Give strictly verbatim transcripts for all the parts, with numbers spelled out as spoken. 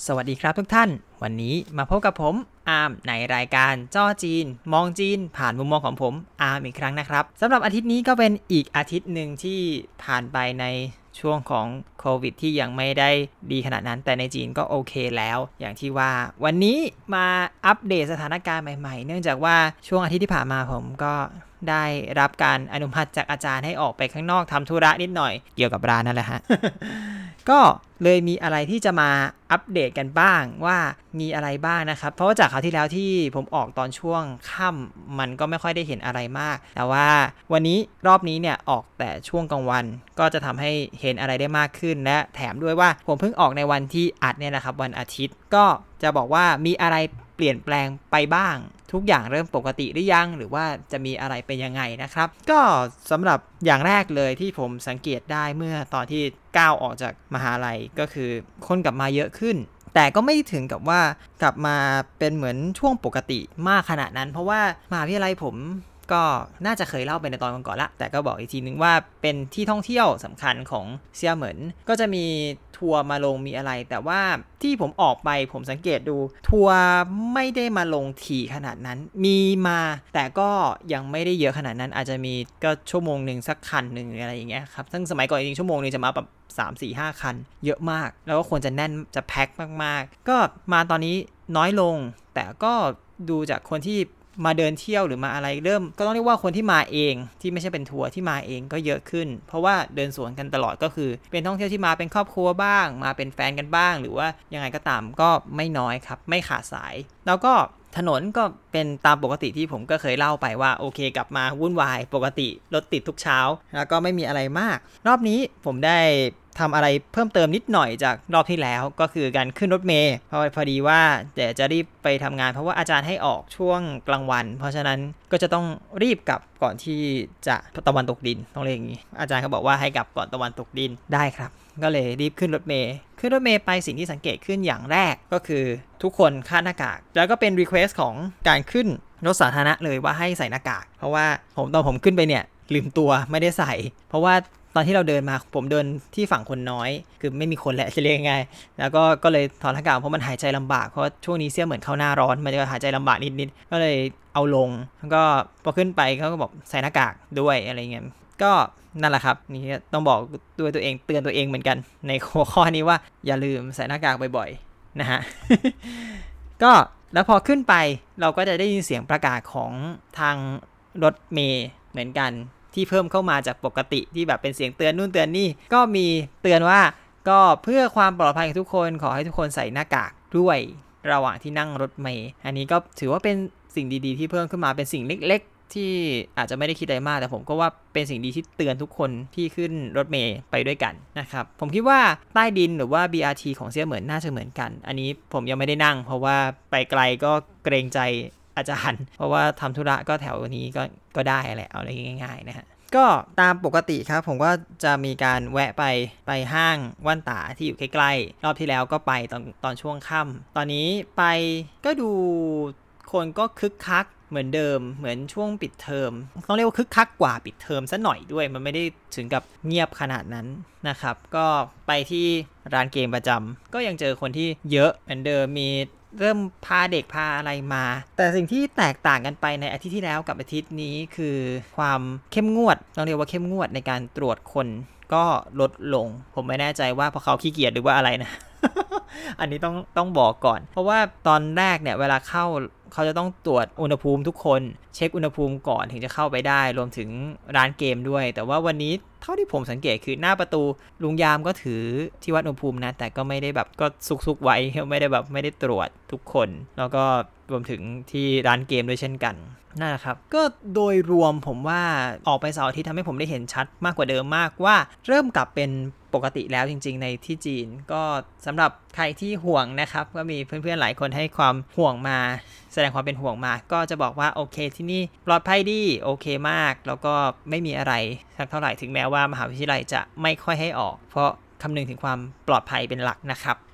สวัสดีครับทุกท่านวันนี้มาพบกับผมอาร์มในรายการจ้อจีนมองจีนผ่านมุมมองของผมอาร์มอีกครั้งนะครับสำหรับอาทิตย์นี้ก็เป็นอีกอาทิตย์หนึ่งที่ผ่านไปในช่วงของโควิดที่ยังไม่ได้ดีขนาดนั้นแต่ในจีนก็โอเคแล้วอย่างที่ว่าวันนี้มาอัปเดตสถานการณ์ใหม่ๆเนื่องจากว่าช่วงอาทิตย์ที่ผ่านมาผมก็ได้รับการอนุมัติจากอาจารย์ให้ออกไปข้างนอกทำธุระนิดหน่อยเกี่ยวกับร้านนั่นแหละฮะ ก็เลยมีอะไรที่จะมาอัปเดตกันบ้างว่ามีอะไรบ้างนะครับเพราะว่าจากคราวที่แล้วที่ผมออกตอนช่วงค่ำมันก็ไม่ค่อยได้เห็นอะไรมากแต่ว่าวันนี้รอบนี้เนี่ยออกแต่ช่วงกลางวันก็จะทำให้เห็นอะไรได้มากขึ้นและแถมด้วยว่าผมเพิ่งออกในวันที่อัดเนี่ยนะครับวันอาทิตย์ก็จะบอกว่ามีอะไรเปลี่ยนแปลงไปบ้างทุกอย่างเริ่มปกติหรือยังหรือว่าจะมีอะไรเป็นยังไงนะครับก็สำหรับอย่างแรกเลยที่ผมสังเกตได้เมื่อตอนที่ก้าวออกจากมหาลัยก็คือคนกลับมาเยอะขึ้นแต่ก็ไม่ถึงกับว่ากลับมาเป็นเหมือนช่วงปกติมากขนาดนั้นเพราะว่ามหาวิทยาลัยผมก็น่าจะเคยเล่าไปในตอนก่อนๆละแต่ก็บอกอีกทีนึงว่าเป็นที่ท่องเที่ยวสำคัญของเซี่ยเหมินก็จะมีทัวร์มาลงมีอะไรแต่ว่าที่ผมออกไปผมสังเกตดูทัวร์ไม่ได้มาลงถี่ขนาดนั้นมีมาแต่ก็ยังไม่ได้เยอะขนาดนั้นอาจจะมีก็ชั่วโมงนึงสักคันนึงอะไรอย่างเงี้ยครับซึ่งสมัยก่อนจริงๆชั่วโมงนึงจะมาแบบสาม สี่ ห้าคันเยอะมากแล้วก็ควรจะแน่นจะแพ็คมากๆก็มาตอนนี้น้อยลงแต่ก็ดูจากคนที่มาเดินเที่ยวหรือมาอะไรเริ่มก็ต้องเรียกว่าคนที่มาเองที่ไม่ใช่เป็นทัวร์ที่มาเองก็เยอะขึ้นเพราะว่าเดินสวนกันตลอดก็คือเป็นท่องเที่ยวที่มาเป็นครอบครัวบ้างมาเป็นแฟนกันบ้างหรือว่ายังไงก็ตามก็ไม่น้อยครับไม่ขาดสายแล้วก็ถนนก็เป็นตามปกติที่ผมก็เคยเล่าไปว่าโอเคกลับมาวุ่นวายปกติรถติดทุกเช้าแล้วก็ไม่มีอะไรมากรอบนี้ผมได้ทำอะไรเพิ่มเติมนิดหน่อยจากรอบที่แล้วก็คือการขึ้นรถเมล์เพราะพอดีว่าเดี๋ยวจะรีบไปทำงานเพราะว่าอาจารย์ให้ออกช่วงกลางวันเพราะฉะนั้นก็จะต้องรีบกลับก่อนที่จะตะวันตกดินต้องเรียกอย่างนี้อาจารย์เขาบอกว่าให้กลับก่อนตะวันตกดินได้ครับก็เลยรีบขึ้นรถเมล์ขึ้นรถเมล์ไปสิ่งที่สังเกตขึ้นอย่างแรกก็คือทุกคนคาดหน้ากากแล้วก็เป็นรีเควสของการขึ้นรถสาธารณะเลยว่าให้ใส่หน้ากากเพราะว่าผมตอนผมขึ้นไปเนี่ยลืมตัวไม่ได้ใส่เพราะว่าตอนที่เราเดินมาผมเดินที่ฝั่งคนน้อยคือไม่มีคนแหละจะเรียกง่ายแล้วก็ก็เลยถอดหน้ากากเพราะมันหายใจลำบากเพราะช่วงนี้เซี่ยเหมือนเข้าหน้าร้อนมันจะหายใจลำบากนิดๆก็เลยเอาลงแล้วก็พอขึ้นไปเขาก็บอกใส่หน้ากากด้วยอะไรเงี้ยก็นั่นแหละครับนี่ต้องบอกด้วยตัวเองเตือนตัวเองเหมือนกันในหัวข้อนี้ว่าอย่าลืมใส่หน้ากากบ่อยๆนะฮะ ก็แล้วพอขึ้นไปเราก็จะได้ยินเสียงประกาศของทางรถเมล์เหมือนกันที่เพิ่มเข้ามาจากปกติที่แบบเป็นเสียงเตือนนู่นเตือนนี่ก็มีเตือนว่าก็เพื่อความปลอดภัยของทุกคนขอให้ทุกคนใส่หน้ากากด้วยระหว่างที่นั่งรถเมล์อันนี้ก็ถือว่าเป็นสิ่งดีๆที่เพิ่มขึ้นมาเป็นสิ่งเล็กๆที่อาจจะไม่ได้คิดอะไรมากแต่ผมก็ว่าเป็นสิ่งดีที่เตือนทุกคนที่ขึ้นรถเมล์ไปด้วยกันนะครับผมคิดว่าใต้ดินหรือว่า บี อาร์ ที ของเซี่ยเหมินน่าจะเหมือนกันอันนี้ผมยังไม่ได้นั่งเพราะว่าไปไกลก็เกรงใจอาจารย์เพราะว่าทำธุระก็แถวนี้ก็ก็ได้แหละเอาอะไรง่ายๆนะฮะก็ตามปกติครับผมก็จะมีการแวะไปไปห้างว่านตาที่อยู่ใกล้ๆรอบที่แล้วก็ไปตอนตอนช่วงค่ำตอนนี้ไปก็ดูคนก็คึกคักเหมือนเดิมเหมือนช่วงปิดเทอมต้องเรียกว่าคึกคักกว่าปิดเทอมซะหน่อยด้วยมันไม่ได้ถึงกับเงียบขนาดนั้นนะครับก็ไปที่ร้านเกมประจำก็ยังเจอคนที่เยอะเหมือนเดิมมีเริ่มพาเด็กพาอะไรมาแต่สิ่งที่แตกต่างกันไปในอาทิตย์ที่แล้วกับอาทิตย์นี้คือความเข้มงวดต้องเรียกว่าเข้มงวดในการตรวจคนก็ลดลงผมไม่แน่ใจว่าเพราะเขาขี้เกียจหรือว่าอะไรนะ อันนี้ต้องต้องบอกก่อนเพราะว่าตอนแรกเนี่ยเวลาเข้าเขาจะต้องตรวจอุณหภูมิทุกคนเช็คอุณหภูมิก่อนถึงจะเข้าไปได้รวมถึงร้านเกมด้วยแต่ว่าวันนี้เท่าที่ผมสังเกตคือหน้าประตูลุงยามก็ถือที่วัดอุณหภูมินะแต่ก็ไม่ได้แบบก็ซุกๆไว้ไม่ได้แบบไม่ได้ตรวจทุกคนแล้วก็รวมถึงที่ร้านเกมด้วยเช่นกันนั่นแหละครับก็โดยรวมผมว่าออกไปเสาร์อาทิตย์ทำให้ผมได้เห็นชัดมากกว่าเดิมมากว่าเริ่มกลับเป็นปกติแล้วจริงๆในที่จีนก็สำหรับใครที่ห่วงนะครับก็มีเพื่อนๆหลายคนให้ความห่วงมาแสดงความเป็นห่วงมาก็จะบอกว่าโอเคที่นี่ปลอดภัยดีโอเคมากแล้วก็ไม่มีอะไรสักเท่าไหร่ถึงแม้ว่ามหาวิทยาลัยจะไม่ค่อยให้ออกเพราะคำนึงถึงความปลอดภัยเป็นหลักนะครับ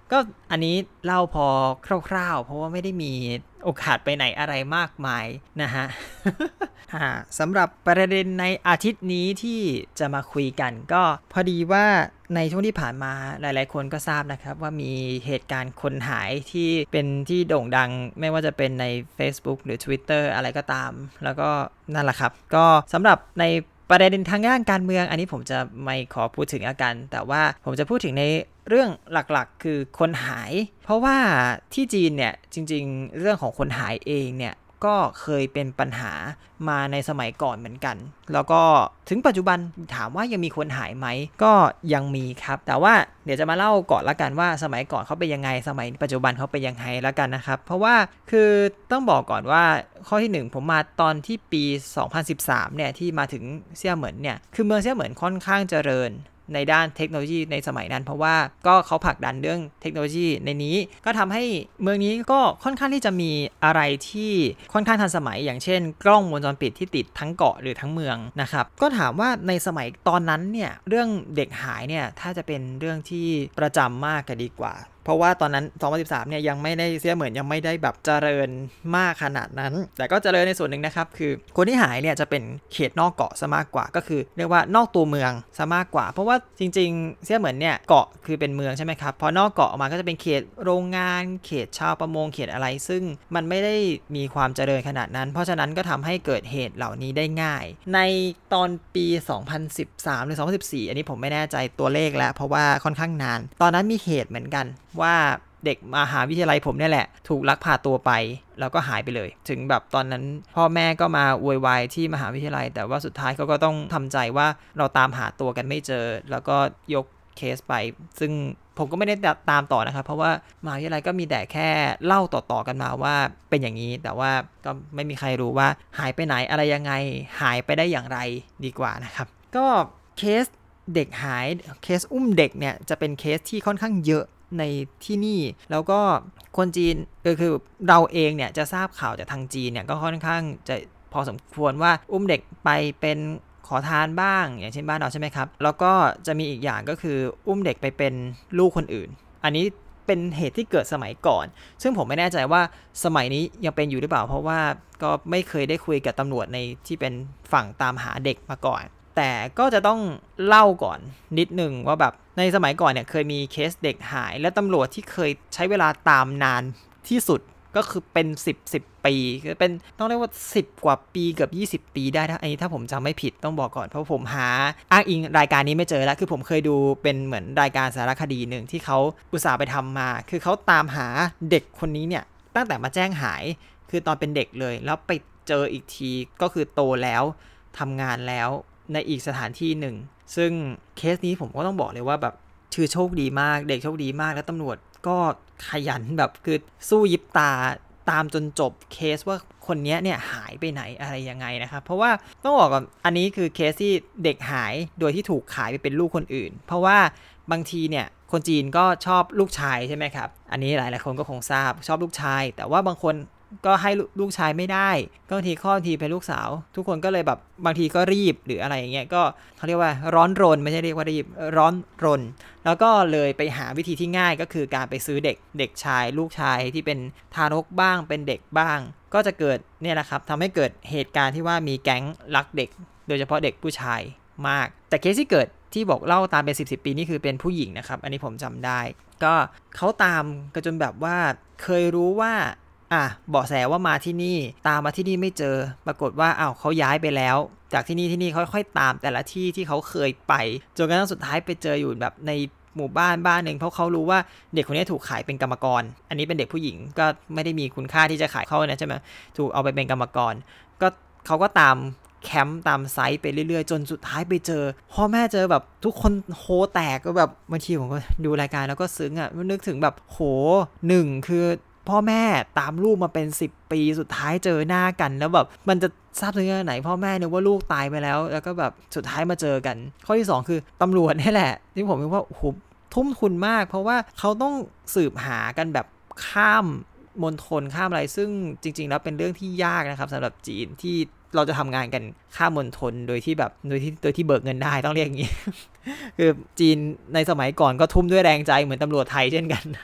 ก็อันนี้เล่าพอคร่าวๆเพราะว่าไม่ได้มีโอกาสไปไหนอะไรมากมายนะฮะ สำหรับประเด็นในอาทิตย์นี้ที่จะมาคุยกันก็พอดีว่าในช่วงที่ผ่านมาหลายๆคนก็ทราบนะครับว่ามีเหตุการณ์คนหายที่เป็นที่โด่งดังไม่ว่าจะเป็นใน Facebook หรือ Twitter อะไรก็ตามแล้วก็นั่นแหละครับก็สำหรับในประเด็นทางด้านการเมืองอันนี้ผมจะไม่ขอพูดถึงอาการแต่ว่าผมจะพูดถึงในเรื่องหลักๆคือคนหายเพราะว่าที่จีนเนี่ยจริงๆเรื่องของคนหายเองเนี่ยก็เคยเป็นปัญหามาในสมัยก่อนเหมือนกันแล้วก็ถึงปัจจุบันถามว่ายังมีคนหายไหมก็ยังมีครับแต่ว่าเดี๋ยวจะมาเล่าก่อนละกันว่าสมัยก่อนเขาเป็นยังไงสมัยปัจจุบันเขาเป็นยังไงละกันนะครับเพราะว่าคือต้องบอกก่อนว่าข้อที่หนึ่งผมมาตอนที่ปีสองพันสิบสามเนี่ยที่มาถึงเซี่ยเหมินเนี่ยคือเมืองเซี่ยเหมินค่อนข้างเจริญในด้านเทคโนโลยีในสมัยนั้นเพราะว่าก็เขาผลักดันเรื่องเทคโนโลยีในนี้ก็ทำให้เมืองนี้ก็ค่อนข้างที่จะมีอะไรที่ค่อนข้างทันสมัยอย่างเช่นกล้องวงจรปิดที่ติดทั้งเกาะหรือทั้งเมืองนะครับก็ถามว่าในสมัยตอนนั้นเนี่ยเรื่องเด็กหายเนี่ยถ้าจะเป็นเรื่องที่ประจำมากก็ดีกว่าเพราะว่าตอนนั้นสองพันสิบสามเนี่ยยังไม่ได้เสียเหมือนยังไม่ได้แบบเจริญมากขนาดนั้นแต่ก็เจริญในส่วนหนึ่งนะครับคือคนที่หายเนี่ยจะเป็นเขตนอกเกาะซะมากกว่าก็คือเรียกว่านอกตัวเมืองซะมากกว่าเพราะว่าจริงๆเสียเหมือนเนี่ยเกาะคือเป็นเมืองใช่ไหมครับพอนอกเกาะออกมาก็จะเป็นเขตโรงงานเขตชาวประมงเขตอะไรซึ่งมันไม่ได้มีความเจริญขนาดนั้นเพราะฉะนั้นก็ทำให้เกิดเหตุเหล่านี้ได้ง่ายในตอนปีสองพันสิบสามหรือสองพันสิบสี่อันนี้ผมไม่แน่ใจตัวเลขแล้วเพราะว่าค่อนข้างนานตอนนั้นมีเหตุเหมือนกันว่าเด็กมหาวิทยาลัยผมเนี่ยแหละถูกลักพาตัวไปแล้วก็หายไปเลยถึงแบบตอนนั้นพ่อแม่ก็มาโวยวายที่มหาวิทยาลัยแต่ว่าสุดท้ายเขาก็ต้องทำใจว่าเราตามหาตัวกันไม่เจอแล้วก็ยกเคสไปซึ่งผมก็ไม่ได้ตามต่อนะครับเพราะว่ามหาวิทยาลัยก็มีแต่แค่เล่าต่อๆกันมาว่าเป็นอย่างนี้แต่ว่าก็ไม่มีใครรู้ว่าหายไปไหนอะไรยังไงหายไปได้อย่างไรดีกว่านะครับก็เคสเด็กหายเคสอุ้มเด็กเนี่ยจะเป็นเคสที่ค่อนข้างเยอะในที่นี่แล้วก็คนจีนก็คือเราเองเนี่ยจะทราบข่าวจากทางจีนเนี่ยก็ค่อนข้างจะพอสมควรว่าอุ้มเด็กไปเป็นขอทานบ้างอย่างเช่นบ้านเราใช่ไหมครับแล้วก็จะมีอีกอย่างก็คืออุ้มเด็กไปเป็นลูกคนอื่นอันนี้เป็นเหตุที่เกิดสมัยก่อนซึ่งผมไม่แน่ใจว่าสมัยนี้ยังเป็นอยู่หรือเปล่าเพราะว่าก็ไม่เคยได้คุยกับตำรวจในที่เป็นฝั่งตามหาเด็กมาก่อนแต่ก็จะต้องเล่าก่อนนิดนึงว่าแบบในสมัยก่อนเนี่ยเคยมีเคสเด็กหายและตำรวจที่เคยใช้เวลาตามนานที่สุดก็คือเป็นสิบ สิบปีคือเป็นต้องเรียกว่าสิบกว่าปีเกือบยี่สิบปีได้ถ้าอันนี้ถ้าผมจำไม่ผิดต้องบอกก่อนเพราะผมหาอ้างอิงรายการนี้ไม่เจอแล้วคือผมเคยดูเป็นเหมือนรายการสารคดีนึงที่เขาอุตส่าห์ไปทำมาคือเขาตามหาเด็กคนนี้เนี่ยตั้งแต่มาแจ้งหายคือตอนเป็นเด็กเลยแล้วไปเจออีกทีก็คือโตแล้วทำงานแล้วในอีกสถานที่หนึ่งซึ่งเคสนี้ผมก็ต้องบอกเลยว่าแบบชื่อโชคดีมากเด็กโชคดีมากแล้วตำรวจก็ขยันแบบคือสู้ยิบตาตามจนจบเคสว่าคนนี้เนี่ยหายไปไหนอะไรยังไงนะครับเพราะว่าต้องบอกก่อนอันนี้คือเคสที่เด็กหายโดยที่ถูกขายไปเป็นลูกคนอื่นเพราะว่าบางทีเนี่ยคนจีนก็ชอบลูกชายใช่ไหมครับอันนี้หลายหลายคนก็คงทราบชอบลูกชายแต่ว่าบางคนก็ให้ลูกชายไม่ได้ก็บางทีข้อทีเป็นลูกสาวทุกคนก็เลยแบบบางทีก็รีบหรืออะไรอย่างเงี้ยก็เขาเรียกว่าร้อนรนไม่ใช่เรียกว่ารีบร้อนรนแล้วก็เลยไปหาวิธีที่ง่ายก็คือการไปซื้อเด็กเด็กชายลูกชายที่เป็นทารกบ้างเป็นเด็กบ้างก็จะเกิดเนี่ยแหละครับทำให้เกิดเหตุการณ์ที่ว่ามีแก๊งลักเด็กโดยเฉพาะเด็กผู้ชายมากแต่เคสที่เกิดที่บอกเล่าตามเป็นสิบ สิบปีนี่คือเป็นผู้หญิงนะครับอันนี้ผมจำได้ก็เขาตามกันจนแบบว่าเคยรู้ว่าอ่ะเบาะแสว่ามาที่นี่ตามมาที่นี่ไม่เจอปรากฏว่าอ้าวเขาย้ายไปแล้วจากที่นี่ที่นี่ค่อยๆตามแต่ละที่ที่เขาเคยไปจนกระทั่งสุดท้ายไปเจออยู่แบบในหมู่บ้านบ้านหนึ่งเพราะเขารู้ว่าเด็กคนนี้ถูกขายเป็นกรรมกรอันนี้เป็นเด็กผู้หญิงก็ไม่ได้มีคุณค่าที่จะขายเขานะใช่ไหมถูกเอาไปเป็นกรรมกรก็เขาก็ตามแคมป์ตามไซต์ไปเรื่อยๆจนสุดท้ายไปเจอพ่อแม่เจอแบบทุกคนโหแตกก็แบบบางทีผมก็ดูรายการแล้วก็ซึ้งอ่ะนึกถึงแบบโหหนึ่งคือพ่อแม่ตามลูกมาเป็นสิบปีสุดท้ายเจอหน้ากันแล้วแบบมันจะซาบซึ้งขนาดไหนพ่อแม่นึกว่าลูกตายไปแล้วแล้วก็แบบสุดท้ายมาเจอกันข้อที่สองคือตำรวจนี่แหละที่ผมคิดว่าโอ้โหทุ่มทุนมากเพราะว่าเขาต้องสืบหากันแบบข้ามมณฑลข้ามอะไรซึ่งจริงๆแล้วเป็นเรื่องที่ยากนะครับสำหรับจีนที่เราจะทำงานกันข้ามมณฑลโดยที่แบบโดยที่โดยที่เบิกเงินได้ต้องเรียกอย่างนี้ คือจีนในสมัยก่อนก็ทุ่มด้วยแรงใจเหมือนตำรวจไทยเช่นกัน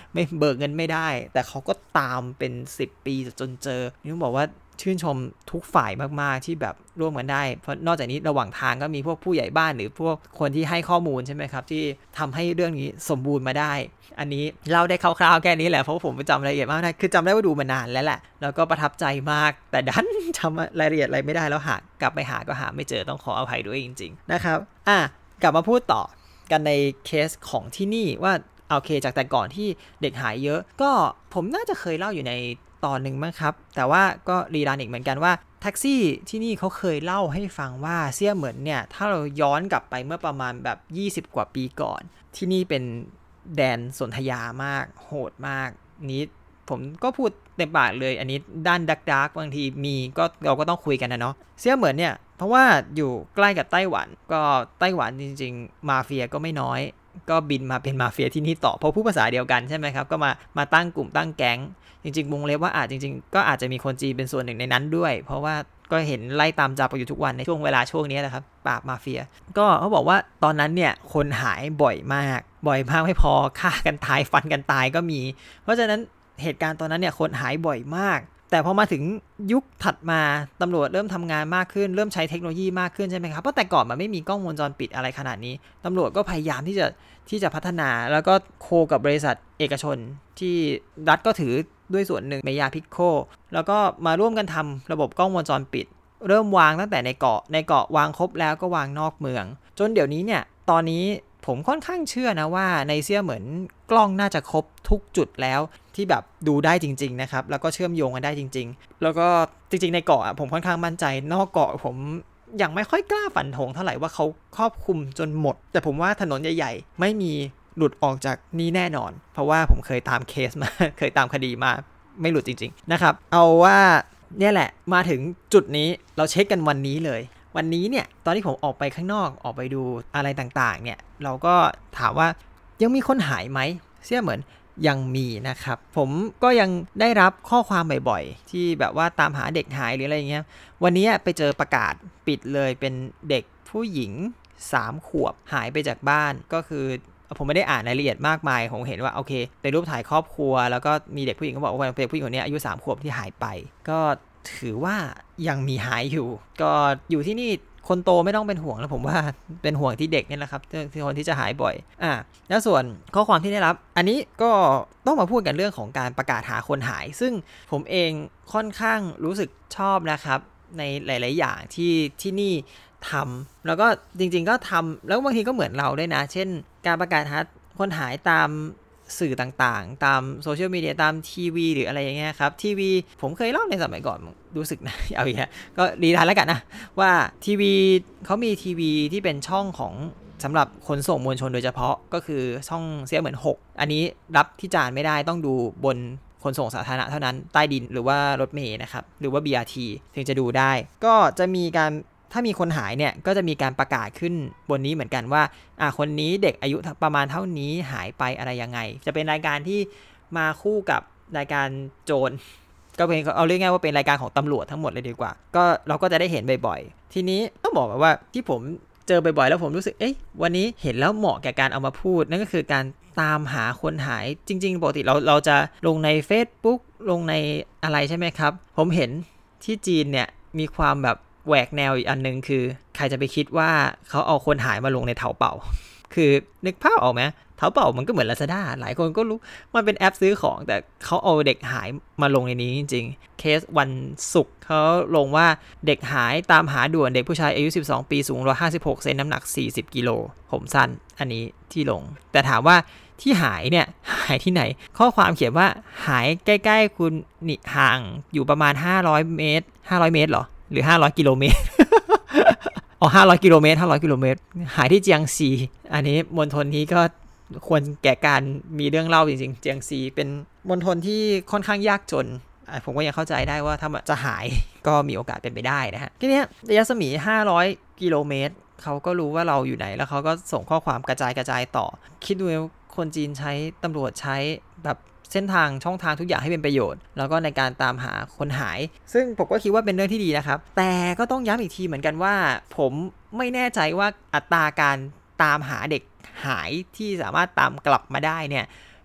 ไม่เบิกเงินไม่ได้แต่เขาก็ตามเป็นสิบปีจนเจอนี่ต้องบอกว่าชื่นชมทุกฝ่ายมากๆที่แบบร่วมกันได้เพราะนอกจากนี้ระหว่างทางก็มีพวกผู้ใหญ่บ้านหรือพวกคนที่ให้ข้อมูลใช่ไหมครับที่ทำให้เรื่องนี้สมบูรณ์มาได้อันนี้เล่าได้คร่าวๆแค่นี้แหละเพราะผมจำรายละเอียดมากนะคือจำได้ว่าดูมานานแล้วแหละแล้วก็ประทับใจมากแต่ดันจำรายละเอียดอะไรไม่ได้แล้วหากลับไปหาก็หาไม่เจอต้องขออภัยด้วยจริงๆนะครับอ่ะกลับมาพูดต่อกันในเคสของที่นี่ว่าโอเคจากแต่ก่อนที่เด็กหายเยอะก็ผมน่าจะเคยเล่าอยู่ในตอนหนึ่งมั้งครับแต่ว่าก็รีรันอีกเหมือนกันว่าแท็กซี่ที่นี่เขาเคยเล่าให้ฟังว่าเสี่ยเหมือนเนี่ยถ้าเราย้อนกลับไปเมื่อประมาณแบบยี่สิบกว่าปีก่อนที่นี่เป็นแดนสนธยามากโหดมากนี้ผมก็พูดเต็มปากเลยอันนี้ด้านดักดักบางทีมีก็เราก็ต้องคุยกันนะเนาะเสี่ยเหมือนเนี่ยเพราะว่าอยู่ใกล้กับไต้หวันก็ไต้หวันจริงๆมาเฟียก็ไม่น้อยก็บินมาเป็นมาเฟียที่นี่ต่อเพราะพูดภาษาเดียวกันใช่ไหมครับก็มามาตั้งกลุ่มตั้งแก๊งจริงๆวงเล็บว่าอาจจริงๆก็อาจจะมีคนจีนเป็นส่วนหนึ่งในนั้นด้วยเพราะว่าก็เห็นไล่ตามจับอยู่ทุกวันในช่วงเวลาช่วงนี้นะครับปราบมาเฟียก็เขาบอกว่าตอนนั้นเนี่ยคนหายบ่อยมากบ่อยมากไม่พอฆ่ากันตายฟันกันตายก็มีเพราะฉะนั้นเหตุการณ์ตอนนั้นเนี่ยคนหายบ่อยมากแต่พอมาถึงยุคถัดมาตำรวจเริ่มทำงานมากขึ้นเริ่มใช้เทคโนโลยีมากขึ้นใช่ไหมครับเพราะแต่ก่อนมันไม่มีกล้องวงจรปิดอะไรขนาดนี้ตำรวจก็พยายามที่จะที่จะพัฒนาแล้วก็โคกับบริษัทเอกชนที่รัฐก็ถือด้วยส่วนหนึ่งเมยาพิคโคแล้วก็มาร่วมกันทำระบบกล้องวงจรปิดเริ่มวางตั้งแต่ในเกาะในเกาะวางครบแล้วก็วางนอกเมืองจนเดี๋ยวนี้เนี่ยตอนนี้ผมค่อนข้างเชื่อนะว่าในเซี่ยเหมือนกล้องน่าจะครบทุกจุดแล้วที่แบบดูได้จริงๆนะครับแล้วก็เชื่อมโยงกันได้จริงๆแล้วก็จริงๆในเกาะผมค่อนข้างมั่นใจนอกเกาะผมยังไม่ค่อยกล้าฟันธงเท่าไหร่ว่าเขาครอบคลุมจนหมดแต่ผมว่าถนนใหญ่ๆไม่มีหลุดออกจากนี้แน่นอนเพราะว่าผมเคยตามเคสมา เคยตามคดีมาไม่หลุดจริงๆนะครับเอาว่าเนี่ยแหละมาถึงจุดนี้เราเช็คกันวันนี้เลยวันนี้เนี่ยตอนที่ผมออกไปข้างนอกออกไปดูอะไรต่างๆเนี่ยเราก็ถามว่ายังมีคนหายไหมเสี่ยเหมือนยังมีนะครับผมก็ยังได้รับข้อความบ่อยๆที่แบบว่าตามหาเด็กหายหรืออะไรเงี้ยวันนี้ไปเจอประกาศปิดเลยเป็นเด็กผู้หญิงสามขวบหายไปจากบ้านก็คือผมไม่ได้อ่านรายละเอียดมากมายผมเห็นว่าโอเคเป็นรูปถ่ายครอบครัวแล้วก็มีเด็กผู้หญิงก็บอกว่าเป็นเด็กผู้หญิงคนนี้อายุสามขวบที่หายไปก็ถือว่ายังมีหายอยู่ก็อยู่ที่นี่คนโตไม่ต้องเป็นห่วงแล้วผมว่าเป็นห่วงที่เด็กนี่แหละครับที่คนที่จะหายบ่อยอ่ะแล้วส่วนข้อความที่ได้รับอันนี้ก็ต้องมาพูดกันเรื่องของการประกาศหาคนหายซึ่งผมเองค่อนข้างรู้สึกชอบนะครับในหลายๆอย่างที่ที่นี่ทำแล้วก็จริงๆก็ทำแล้วบางทีก็เหมือนเราด้วยนะเช่นการประกาศหาคนหายตามสื่อต่างๆตามโซเชียลมีเดียตามทีวีหรืออะไรอย่างเงี้ยครับทีวีผมเคยเล่าในสมัยก่อนรู้สึกนะเอาอีกแล้วก็รีรันแล้วกันนะว่าทีวีเขามีทีวีที่เป็นช่องของสำหรับขนส่งมวลชนโดยเฉพาะก็คือช่องเสียเหมือนหกอันนี้รับที่จานไม่ได้ต้องดูบนขนส่งสาธารณะเท่านั้นใต้ดินหรือว่ารถเมล์นะครับหรือว่า บี อาร์ ที ถึงจะดูได้ก็จะมีการถ้ามีคนหายเนี่ยก็จะมีการประกาศขึ้นบนนี้เหมือนกันว่าอ่ะคนนี้เด็กอายุประมาณเท่านี้หายไปอะไรยังไงจะเป็นรายการที่มาคู่กับรายการโจรก็เป็นเอาเรียกง่ายว่าเป็นรายการของตำรวจทั้งหมดเลยดีกว่าก็เราก็จะได้เห็นบ่อยๆทีนี้ต้องบอกว่าที่ผมเจอบ่อยๆแล้วผมรู้สึกเอ๊ะวันนี้เห็นแล้วเหมาะแก่การเอามาพูดนั่นก็คือการตามหาคนหายจริงๆปกติเราเราจะลงใน Facebook ลงในอะไรใช่ไหมครับผมเห็นที่จีนเนี่ยมีความแบบแหวกแนวอีกอันนึงคือใครจะไปคิดว่าเขาเอาคนหายมาลงในเถาเป่าคือนึกภาพออกไหมเถาเป่ามันก็เหมือน Lazada หลายคนก็รู้มันเป็นแอปซื้อของแต่เขาเอาเด็กหายมาลงในนี้จริงๆเคสวันศุกร์เขาลงว่าเด็กหายตามหาด่วนเด็กผู้ชายอายุสิบสองปีสูงหนึ่งร้อยห้าสิบหกเซนน้ำหนักสี่สิบกิโลผมสั้นอันนี้ที่ลงแต่ถามว่าที่หายเนี่ยหายที่ไหนข้อความเขียนว่าหายใกล้ๆคุณนี่ห่างอยู่ประมาณห้าร้อยเมตรห้าร้อยเมตรเหรอหรือห้าร้อยกิโลเมตร อ๋อห้าร้อยกิโลเมตรห้าร้อยกิโลเมตรหายที่เจียงซีอันนี้มณฑลนี้ก็ควรแก่การมีเรื่องเล่าจริงๆเจียงซีเป็นมณฑลที่ค่อนข้างยากจนผมก็ยังเข้าใจได้ว่าถ้าจะหายก็มีโอกาสเป็นไปได้นะฮะทีนี้ระยะรัศมีห้าร้อยกิโลเมตรเขาก็รู้ว่าเราอยู่ไหนแล้วเขาก็ส่งข้อความกระจายกระจายต่อคิดดูคนจีนใช้ตำรวจใช้แบบเส้นทางช่องทางทุกอย่างให้เป็นประโยชน์แล้วก็ในการตามหาคนหายซึ่งผมก็คิดว่าเป็นเรื่องที่ดีนะครับแต่ก็ต้องย้ำอีกทีเหมือนกันว่าผมไม่แน่ใจว่าอัตราการตามหาเด็กหายที่สามารถตามกลับมาได้เนี่ย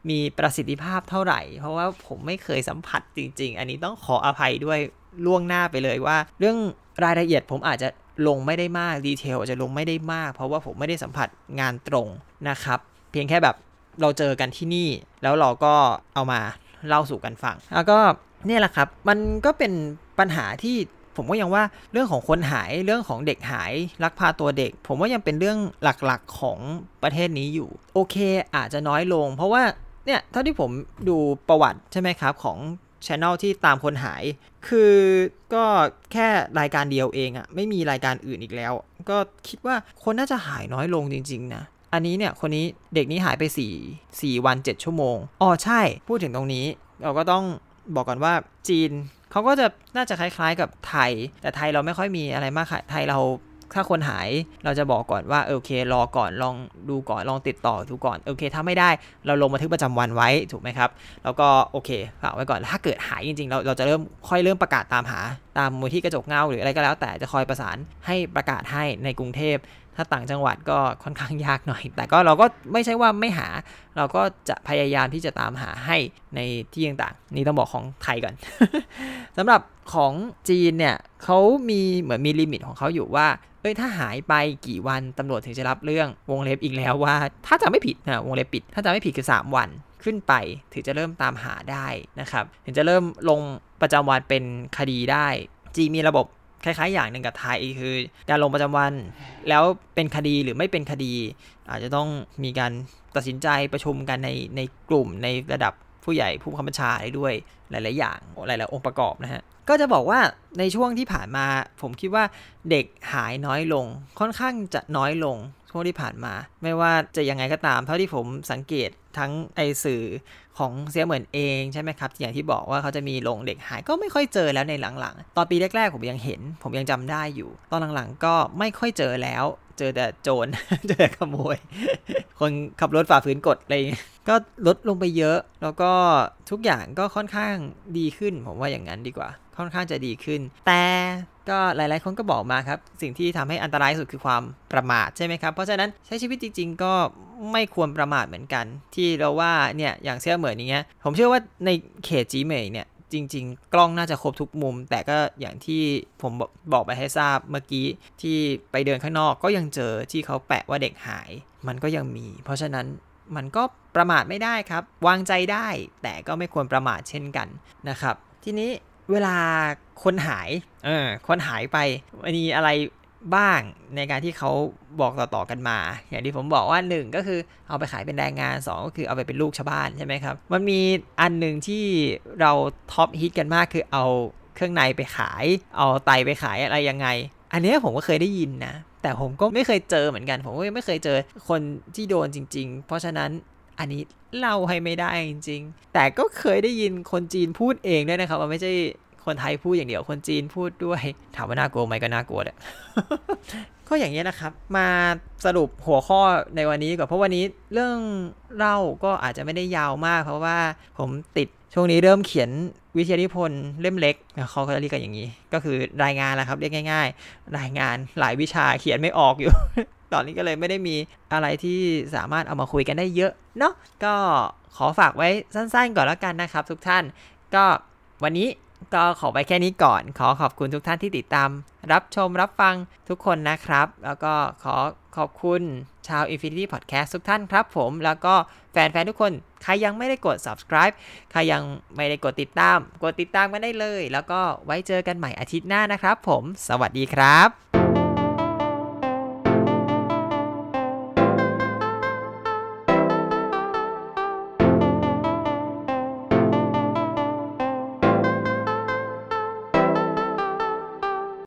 มีประสิทธิภาพเท่าไหร่เพราะว่าผมไม่เคยสัมผัสจริงๆอันนี้ต้องขออภัยด้วยล่วงหน้าไปเลยว่าเรื่องรายละเอียดผมอาจจะลงไม่ได้มากดีเทลอาจจะลงไม่ได้มากเพราะว่าผมไม่ได้สัมผัสงานตรงนะครับเพียงแค่แบบเราเจอกันที่นี่แล้วเราก็เอามาเล่าสู่กันฟังแล้วก็เนี่ยแหละครับมันก็เป็นปัญหาที่ผมก็ยังว่าเรื่องของคนหายเรื่องของเด็กหายลักพาตัวเด็กผมว่ายังเป็นเรื่องหลักๆของประเทศนี้อยู่โอเคอาจจะน้อยลงเพราะว่าเนี่ยเท่าที่ผมดูประวัติใช่ไหมครับของchannel ที่ตามคนหายคือก็แค่รายการเดียวเองอะไม่มีรายการอื่นอีกแล้วก็คิดว่าคนน่าจะหายน้อยลงจริงๆนะอันนี้เนี่ยคนนี้เด็กนี้หายไปสี่ สี่วันเจ็ดชั่วโมงอ๋อใช่พูดถึงตรงนี้เราก็ต้องบอกก่อนว่าจีนเขาก็จะน่าจะคล้ายๆกับไทยแต่ไทยเราไม่ค่อยมีอะไรมากค่ะไทยเราถ้าคนหายเราจะบอกก่อนว่าโอเครอก่อนลองดูก่อนลองติดต่อดูก่อนโอเคถ้าไม่ได้เราลงบันทึกประจำวันไว้ถูกไหมครับแล้วก็โอเคฝากไว้ก่อนถ้าเกิดหายจริงๆเราเราจะเริ่มค่อยเริ่มประกาศตามหาตามมูลที่กระจกเงาหรืออะไรก็แล้วแต่จะคอยประสานให้ประกาศให้ในกรุงเทพถ้าต่างจังหวัดก็ค่อนข้างยากหน่อยแต่ก็เราก็ไม่ใช่ว่าไม่หาเราก็จะพยายามที่จะตามหาให้ในที่ต่างๆนี่ต้องบอกของไทยก่อน สำหรับของจีนเนี่ยเขามีเหมือนมีลิมิตของเขาอยู่ว่าเอ้ยถ้าหายไปกี่วันตำรวจถึงจะรับเรื่องวงเล็บอีกแล้วว่าถ้าจะไม่ผิดนะวงเล็บปิดถ้าจะไม่ผิดคือสามวันขึ้นไปถึงจะเริ่มตามหาได้นะครับถึงจะเริ่มลงประจำวันเป็นคดีได้จีนมีระบบคล้ายๆอย่างหนึ่งกับไทยคือการลงประจำวันแล้วเป็นคดีหรือไม่เป็นคดีอาจจะต้องมีการตัดสินใจประชุมกันในในกลุ่มในระดับผู้ใหญ่ผู้บังคับบัญชาอะไรด้วยหลายๆอย่างหลายๆองค์ประกอบนะฮะก็จะบอกว่าในช่วงที่ผ่านมาผมคิดว่าเด็กหายน้อยลงค่อนข้างจะน้อยลงช่วงที่ผ่านมาไม่ว่าจะยังไงก็ตามเท่าที่ผมสังเกตทั้งไอสื่อของเสียเหมือนเองใช่ไหมครับอย่างที่บอกว่าเขาจะมีลงเด็กหายก็ไม่ค่อยเจอแล้วในหลังๆตอนปีแรกๆผมยังเห็นผมยังจำได้อยู่ตอนหลังๆก็ไม่ค่อยเจอแล้วเจอแต่โจร เจอแต่ขโมย คนขับรถฝ่าฝืนกฎอะไรก็ลดลงไปเยอะแล้วก็ทุกอย่างก็ค่อนข้างดีขึ้นผมว่าอย่างนั้นดีกว่าค่อนข้างจะดีขึ้นแต่ก็หลายๆคนก็บอกมาครับสิ่งที่ทำให้อันตรายสุดคือความประมาทใช่ไหมครับเพราะฉะนั้นใช้ชีวิตจริงๆก็ไม่ควรประมาทเหมือนกันที่เราว่าเนี่ยอย่างเชื่อเหมือนอย่างเงี้ยผมเชื่อว่าในเขตจีเหมยเนี่ยจริงๆกล้องน่าจะครบทุกมุมแต่ก็อย่างที่ผมบอกไปให้ทราบเมื่อกี้ที่ไปเดินข้างนอกก็ยังเจอที่เขาแปะว่าเด็กหายมันก็ยังมีเพราะฉะนั้นมันก็ประมาทไม่ได้ครับวางใจได้แต่ก็ไม่ควรประมาทเช่นกันนะครับทีนี้เวลาคนหายเออคนหายไปมีอะไรบ้างในการที่เขาบอกต่อๆกันมาอย่างที่ผมบอกว่าหนึ่งก็คือเอาไปขายเป็นแรงงานสองก็คือเอาไปเป็นลูกชาวบ้านใช่ไหมครับมันมีอันหนึ่งที่เราท็อปฮิตกันมากคือเอาเครื่องในไปขายเอาไตไปขายอะไรยังไงอันนี้ผมก็เคยได้ยินนะแต่ผมก็ไม่เคยเจอเหมือนกันผมก็ไม่เคยเจอคนที่โดนจริงๆเพราะฉะนั้นอันนี้เล่าให้ไม่ได้จริงๆแต่ก็เคยได้ยินคนจีนพูดเองด้วยนะครับว่าไม่ใช่คนไทยพูดอย่างเดียวคนจีนพูดด้วยถามว่าน่ากลัวไหมก็น่ากลัวแหละ ก็อย่างนี้นะครับมาสรุปหัวข้อในวันนี้ก่อนเพราะวันนี้เรื่องเล่าก็อาจจะไม่ได้ยาวมากเพราะว่าผมติดช่วงนี้เริ่มเขียนวิทยานิพนธ์เล่มเล็กเขาก็เรียกกันอย่างนี้ก็คือรายงานแหละครับเรียกง่ายๆรายงานหลายวิชาเขียนไม่ออกอยู่ ตอนนี้ก็เลยไม่ได้มีอะไรที่สามารถเอามาคุยกันได้เยอะเนาะก็ขอฝากไว้สั้นๆก่อนแล้วกันนะครับทุกท่านก็วันนี้ก็ขอไปแค่นี้ก่อนขอขอบคุณทุกท่านที่ติดตามรับชมรับฟังทุกคนนะครับแล้วก็ขอขอบคุณชาว Infinity Podcast ทุกท่านครับผมแล้วก็แฟนๆทุกคนใครยังไม่ได้กด Subscribe ใครยังไม่ได้กดติดตามกดติดตามกันได้เลยแล้วก็ไว้เจอกันใหม่อาทิตย์หน้านะครับผมสวัสดีครับ